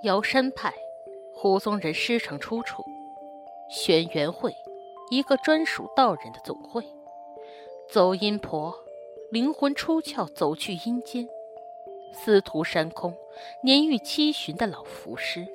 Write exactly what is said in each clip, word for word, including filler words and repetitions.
瑶山派，胡宗人师承出处。轩辕会，一个专属道人的总会。走阴婆，灵魂出窍走去阴间。司徒山空，年逾七旬的老符师。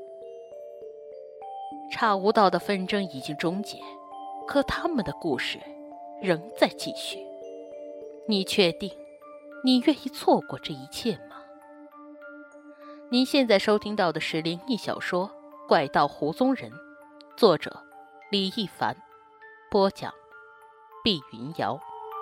差无道的纷争已经终结，可他们的故事仍在继续。你确定你愿意错过这一切吗？您现在收听到的是灵异小说《怪盗胡宗人》，作者李一凡，播讲碧云瑶。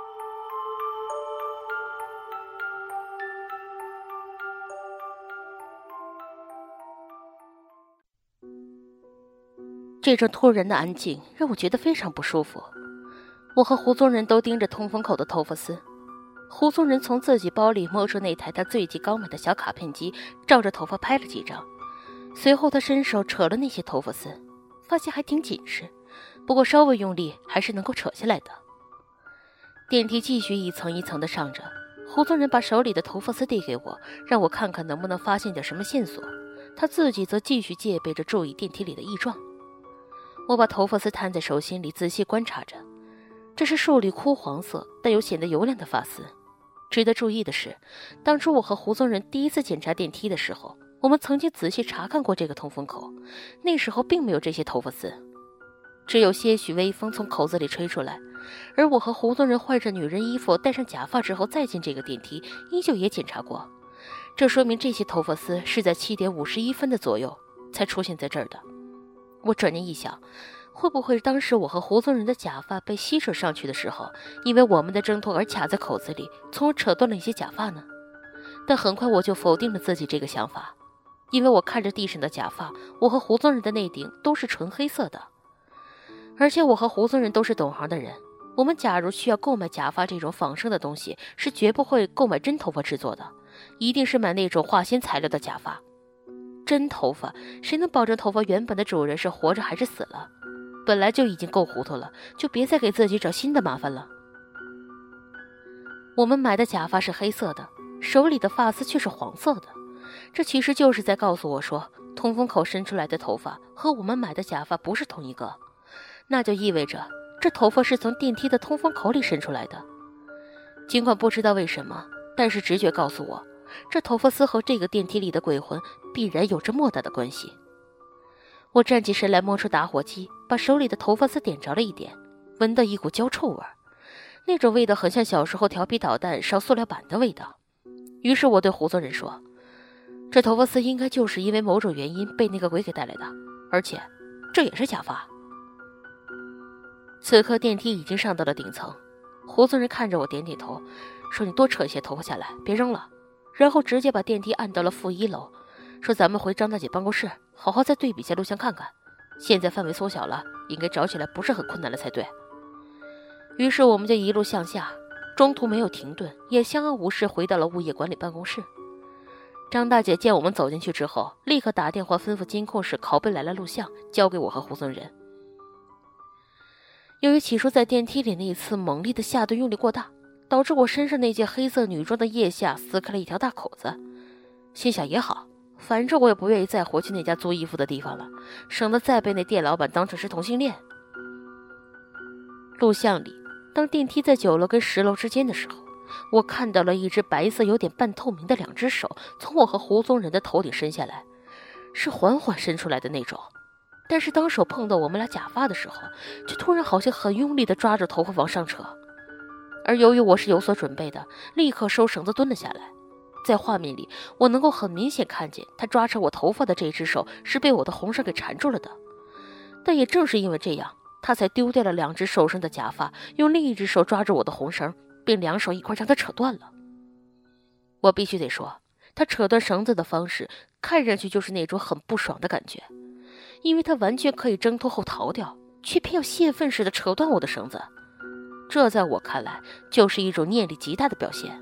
这种突然的安静让我觉得非常不舒服。我和胡宗人都盯着通风口的头发丝。胡宗人从自己包里摸出那台他最近刚买的小卡片机，照着头发拍了几张。随后他伸手扯了那些头发丝，发现还挺紧实，不过稍微用力还是能够扯下来的。电梯继续一层一层的上着，胡宗人把手里的头发丝递给我，让我看看能不能发现点什么线索。他自己则继续戒备着注意电梯里的异状。我把头发丝摊在手心里仔细观察着，这是数缕枯黄色但又显得油亮的发丝。值得注意的是，当初我和胡宗人第一次检查电梯的时候，我们曾经仔细查看过这个通风口，那时候并没有这些头发丝，只有些许微风从口子里吹出来。而我和胡宗人换上女人衣服戴上假发之后再进这个电梯，依旧也检查过，这说明这些头发丝是在七点五十一分的左右才出现在这儿的。我转念一想，会不会当时我和胡宗人的假发被吸扯上去的时候，因为我们的挣脱而卡在口子里，从而扯断了一些假发呢？但很快我就否定了自己这个想法，因为我看着地上的假发，我和胡宗人的那顶都是纯黑色的。而且我和胡宗人都是懂行的人，我们假如需要购买假发这种仿生的东西，是绝不会购买真头发制作的，一定是买那种化纤材料的假发。真头发，谁能保证头发原本的主人是活着还是死了？本来就已经够糊涂了，就别再给自己找新的麻烦了。我们买的假发是黑色的，手里的发丝却是黄色的，这其实就是在告诉我说，通风口伸出来的头发和我们买的假发不是同一个，那就意味着这头发是从电梯的通风口里伸出来的。尽管不知道为什么，但是直觉告诉我，这头发丝和这个电梯里的鬼魂必然有着莫大的关系。我站起身来，摸出打火机，把手里的头发丝点着了一点，闻到一股焦臭味，那种味道很像小时候调皮捣蛋烧塑料板的味道。于是我对胡宗人说，这头发丝应该就是因为某种原因被那个鬼给带来的，而且这也是假发。此刻电梯已经上到了顶层，胡宗人看着我点点头，说你多扯一些头发下来，别扔了，然后直接把电梯按到了负一楼，说咱们回张大姐办公室好好再对比一下录像看看，现在范围缩小了，应该找起来不是很困难了才对。于是我们就一路向下，中途没有停顿，也相安无事回到了物业管理办公室。张大姐见我们走进去之后，立刻打电话吩咐监控室拷贝来了录像，交给我和胡宗人。由于起初在电梯里那一次猛烈的下顿用力过大，导致我身上那件黑色女装的腋下撕开了一条大口子，心想也好，反正我也不愿意再回去那家租衣服的地方了，省得再被那店老板当成是同性恋。录像里，当电梯在九楼跟十楼之间的时候，我看到了一只白色有点半透明的两只手从我和胡宗人的头顶伸下来，是缓缓伸出来的那种。但是当手碰到我们俩假发的时候，却突然好像很用力地抓着头发往上扯。而由于我是有所准备的，立刻收绳子蹲了下来。在画面里，我能够很明显看见他抓扯我头发的这只手是被我的红绳给缠住了的。但也正是因为这样，他才丢掉了两只手上的假发，用另一只手抓着我的红绳，并两手一块将它扯断了。我必须得说，他扯断绳子的方式看上去就是那种很不爽的感觉，因为他完全可以挣脱后逃掉，却偏要泄愤似的扯断我的绳子，这在我看来就是一种念力极大的表现。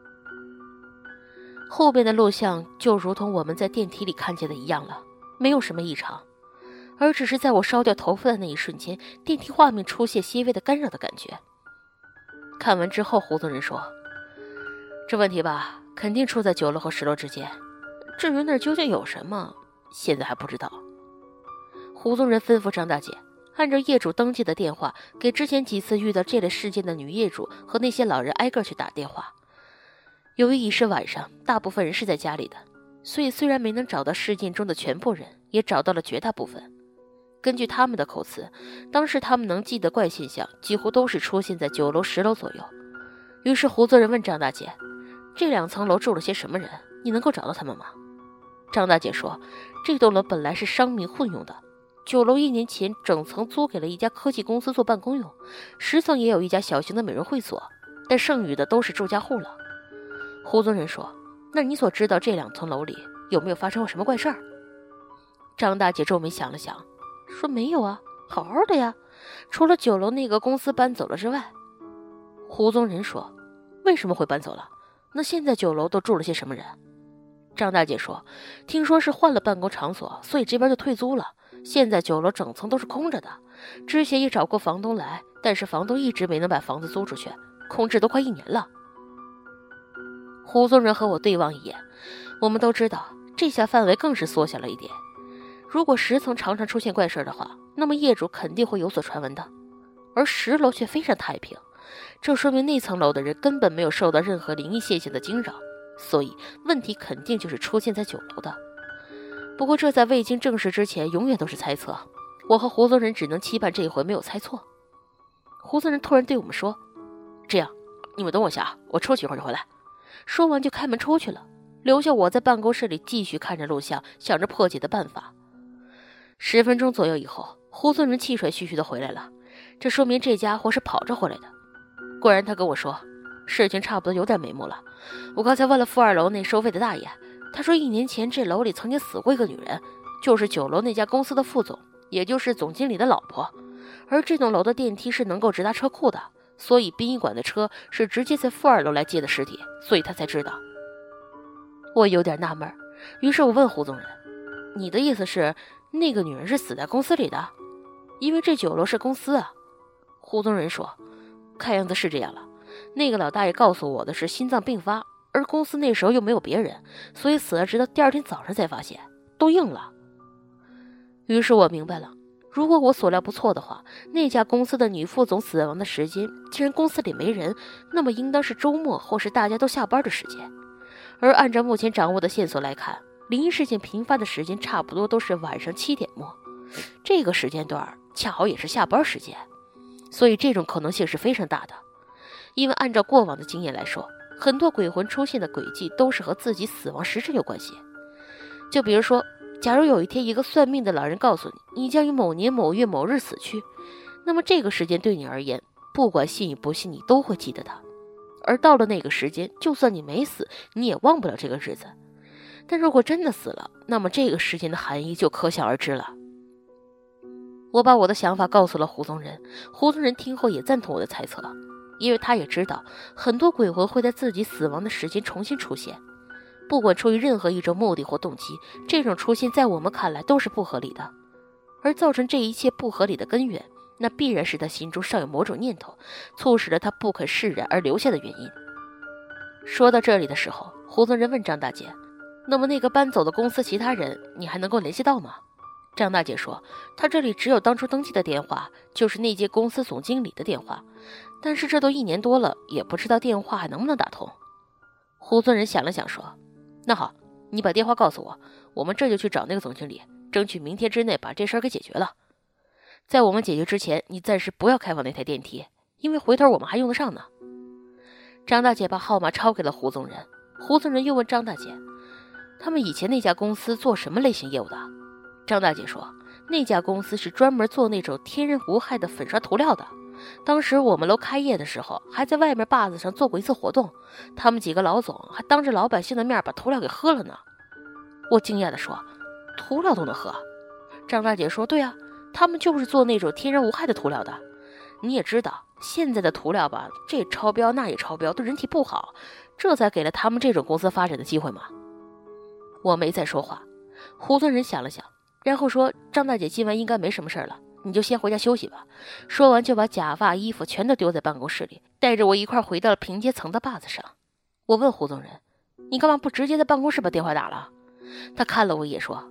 后边的录像就如同我们在电梯里看见的一样了，没有什么异常，而只是在我烧掉头发的那一瞬间，电梯画面出现些微的干扰的感觉。看完之后，胡宗人说，这问题吧，肯定出在九楼和十楼之间，至于那儿究竟有什么， 现在还不知道。胡宗仁吩咐张大姐按照业主登记的电话，给之前几次遇到这类事件的女业主和那些老人挨个去打电话。由于已是晚上，大部分人是在家里的，所以虽然没能找到事件中的全部人，也找到了绝大部分。根据他们的口词，当时他们能记得怪现象几乎都是出现在九楼十楼左右。于是胡宗仁问张大姐，这两层楼住了些什么人，你能够找到他们吗？张大姐说，这栋楼本来是商民混用的，九楼一年前整层租给了一家科技公司做办公用，十层也有一家小型的美容会所，但剩余的都是住家户了。胡宗仁说，那你所知道这两层楼里有没有发生过什么怪事儿？张大姐皱眉想了想，说没有啊，好好的呀，除了九楼那个公司搬走了之外。胡宗仁说，为什么会搬走了？那现在九楼都住了些什么人？张大姐说，听说是换了办公场所，所以这边就退租了，现在九楼整层都是空着的。之前也找过房东来，但是房东一直没能把房子租出去，空置都快一年了。胡宗仁和我对望一眼，我们都知道这下范围更是缩小了一点。如果十层常常出现怪事的话，那么业主肯定会有所传闻的，而十楼却非常太平，这说明那层楼的人根本没有受到任何灵异现象的惊扰，所以问题肯定就是出现在九楼的。不过这在未经证实之前永远都是猜测，我和胡宗仁只能期盼这一回没有猜错。胡宗仁突然对我们说，这样你们等我下，我出去一会儿就回来。说完就开门出去了，留下我在办公室里继续看着录像，想着破解的办法。十分钟左右以后，胡宗仁气喘吁吁地回来了，这说明这家伙是跑着回来的。果然他跟我说，事情差不多有点眉目了。我刚才问了负二楼那收费的大爷，他说一年前这楼里曾经死过一个女人，就是九楼那家公司的副总，也就是总经理的老婆。而这栋楼的电梯是能够直达车库的，所以殡仪馆的车是直接在负二楼来接的尸体，所以他才知道。我有点纳闷，于是我问胡宗仁，你的意思是那个女人是死在公司里的？因为这九楼是公司啊。胡宗仁说，看样子是这样了，那个老大爷告诉我的是心脏病发，而公司那时候又没有别人，所以死了直到第二天早上才发现，都硬了。于是我明白了，如果我所料不错的话，那家公司的女副总死亡的时间既然公司里没人，那么应当是周末或是大家都下班的时间。而按照目前掌握的线索来看，灵异事件频发的时间差不多都是晚上七点末，这个时间段恰好也是下班时间，所以这种可能性是非常大的。因为按照过往的经验来说，很多鬼魂出现的轨迹都是和自己死亡时辰有关系。就比如说，假如有一天一个算命的老人告诉你，你将于某年某月某日死去，那么这个时间对你而言，不管信与不信，你都会记得它。而到了那个时间，就算你没死，你也忘不了这个日子。但如果真的死了，那么这个时间的含义就可想而知了。我把我的想法告诉了胡宗仁，胡宗仁听后也赞同我的猜测，因为他也知道很多鬼魂会在自己死亡的时间重新出现，不管出于任何一种目的或动机，这种出现在我们看来都是不合理的。而造成这一切不合理的根源，那必然是他心中尚有某种念头，促使了他不肯释然而留下的原因。说到这里的时候，胡宗仁问张大姐，那么那个搬走的公司其他人你还能够联系到吗？张大姐说，她这里只有当初登记的电话，就是那间公司总经理的电话，但是这都一年多了，也不知道电话还能不能打通。胡宗仁想了想说，那好，你把电话告诉我，我们这就去找那个总经理，争取明天之内把这事儿给解决了。在我们解决之前，你暂时不要开放那台电梯，因为回头我们还用得上呢。张大姐把号码抄给了胡宗仁，胡宗仁又问张大姐，他们以前那家公司做什么类型业务的？张大姐说，那家公司是专门做那种天然无害的粉刷涂料的。当时我们楼开业的时候，还在外面坝子上做过一次活动，他们几个老总还当着老百姓的面把涂料给喝了呢。我惊讶地说，涂料都能喝？张大姐说，对啊，他们就是做那种天然无害的涂料的。你也知道现在的涂料吧，这超标那也超标，对人体不好，这才给了他们这种公司发展的机会嘛。我没再说话。胡宗仁想了想，然后说，张大姐今晚应该没什么事了，你就先回家休息吧。说完就把假发衣服全都丢在办公室里，带着我一块回到了平阶层的坝子上。我问胡宗仁，你干嘛不直接在办公室把电话打了？他看了我一眼说，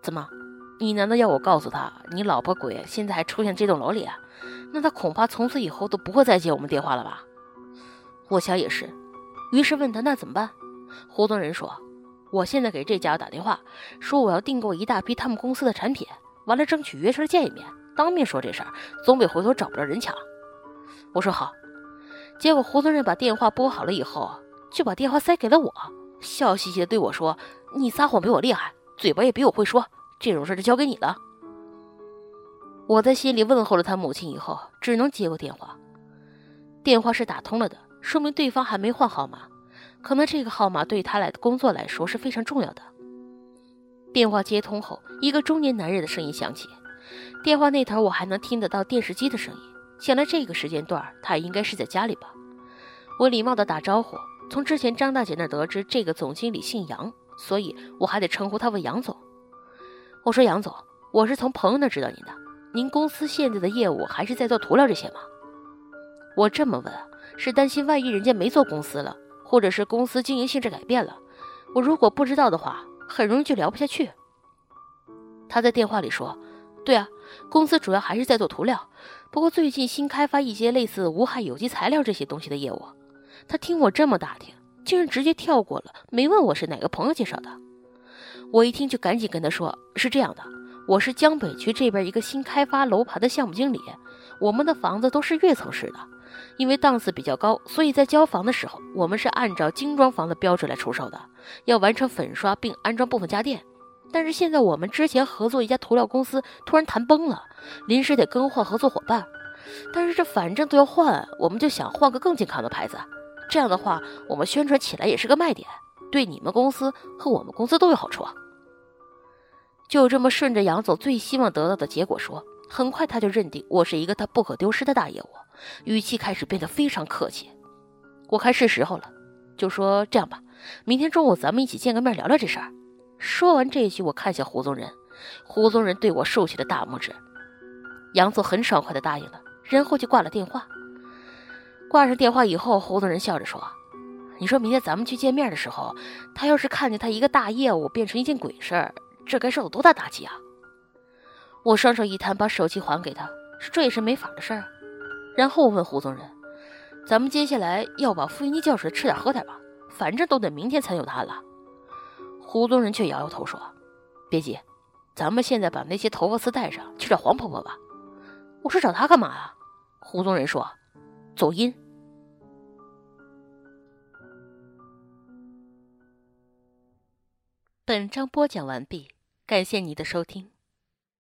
怎么，你难道要我告诉他，你老婆鬼现在还出现这栋楼里？那他恐怕从此以后都不会再接我们电话了吧？我想也是，于是问他那怎么办？胡宗仁说，我现在给这家伙打电话，说我要订购一大批他们公司的产品，完了争取约出来见一面，当面说这事儿，总比回头找不着人强。我说好。结果胡宗仁把电话拨好了以后，就把电话塞给了我，笑嘻嘻的对我说，你撒谎比我厉害，嘴巴也比我会说，这种事就交给你了。我在心里问候了他母亲以后，只能接过电话。电话是打通了的，说明对方还没换号码，可能这个号码对他来的工作来说是非常重要的。电话接通后，一个中年男人的声音响起，电话那头我还能听得到电视机的声音，想来这个时间段他也应该是在家里吧。我礼貌地打招呼，从之前张大姐那得知这个总经理姓杨，所以我还得称呼他为杨总。我说杨总，我是从朋友那知道您的，您公司现在的业务还是在做涂料这些吗？我这么问是担心万一人家没做公司了，或者是公司经营性质改变了，我如果不知道的话，很容易就聊不下去。他在电话里说，对啊，公司主要还是在做涂料，不过最近新开发一些类似无害有机材料这些东西的业务。他听我这么打听，竟然直接跳过了，没问我是哪个朋友介绍的。我一听就赶紧跟他说，是这样的，我是江北区这边一个新开发楼盘的项目经理，我们的房子都是跃层式的，因为档次比较高，所以在交房的时候，我们是按照精装房的标准来出售的，要完成粉刷并安装部分家电。但是现在我们之前合作一家涂料公司突然谈崩了，临时得更换合作伙伴，但是这反正都要换，我们就想换个更健康的牌子，这样的话我们宣传起来也是个卖点，对你们公司和我们公司都有好处啊。就这么顺着杨总最希望得到的结果说，很快他就认定我是一个他不可丢失的大业务，语气开始变得非常客气。我看是时候了，就说这样吧，明天中午咱们一起见个面聊聊这事儿。说完这句，我看向胡宗仁，胡宗仁对我竖起了大拇指。杨总很爽快地答应了，然后就挂了电话。挂上电话以后，胡宗仁笑着说，你说明天咱们去见面的时候，他要是看见他一个大业务变成一件鬼事儿，这该受到多大打击啊。我双手一摊，把手机还给他，说这也是没法的事儿。然后我问胡宗仁，咱们接下来要把傅云妮叫出来吃点喝点吧，反正都得明天才有他了。胡宗仁却摇摇头说，别急，咱们现在把那些头发丝带上，去找黄婆婆吧。我说找她干嘛啊？胡宗仁说，走阴。本章播讲完毕，感谢你的收听。